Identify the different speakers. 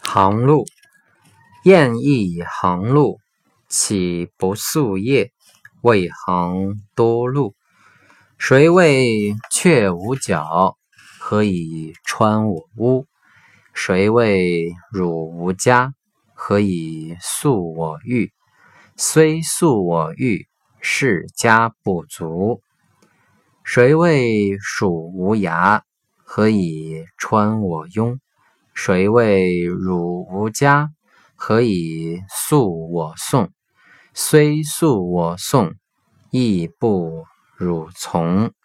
Speaker 1: 航路，燕翼航路，岂不宿夜？为航多路。谁谓雀无脚？何以穿我屋？谁谓汝无家？何以诉我欲？虽诉我欲，是家不足。谁谓鼠无牙？何以穿我庸？谁谓汝无家？何以诉我送？虽诉我送，亦不汝从。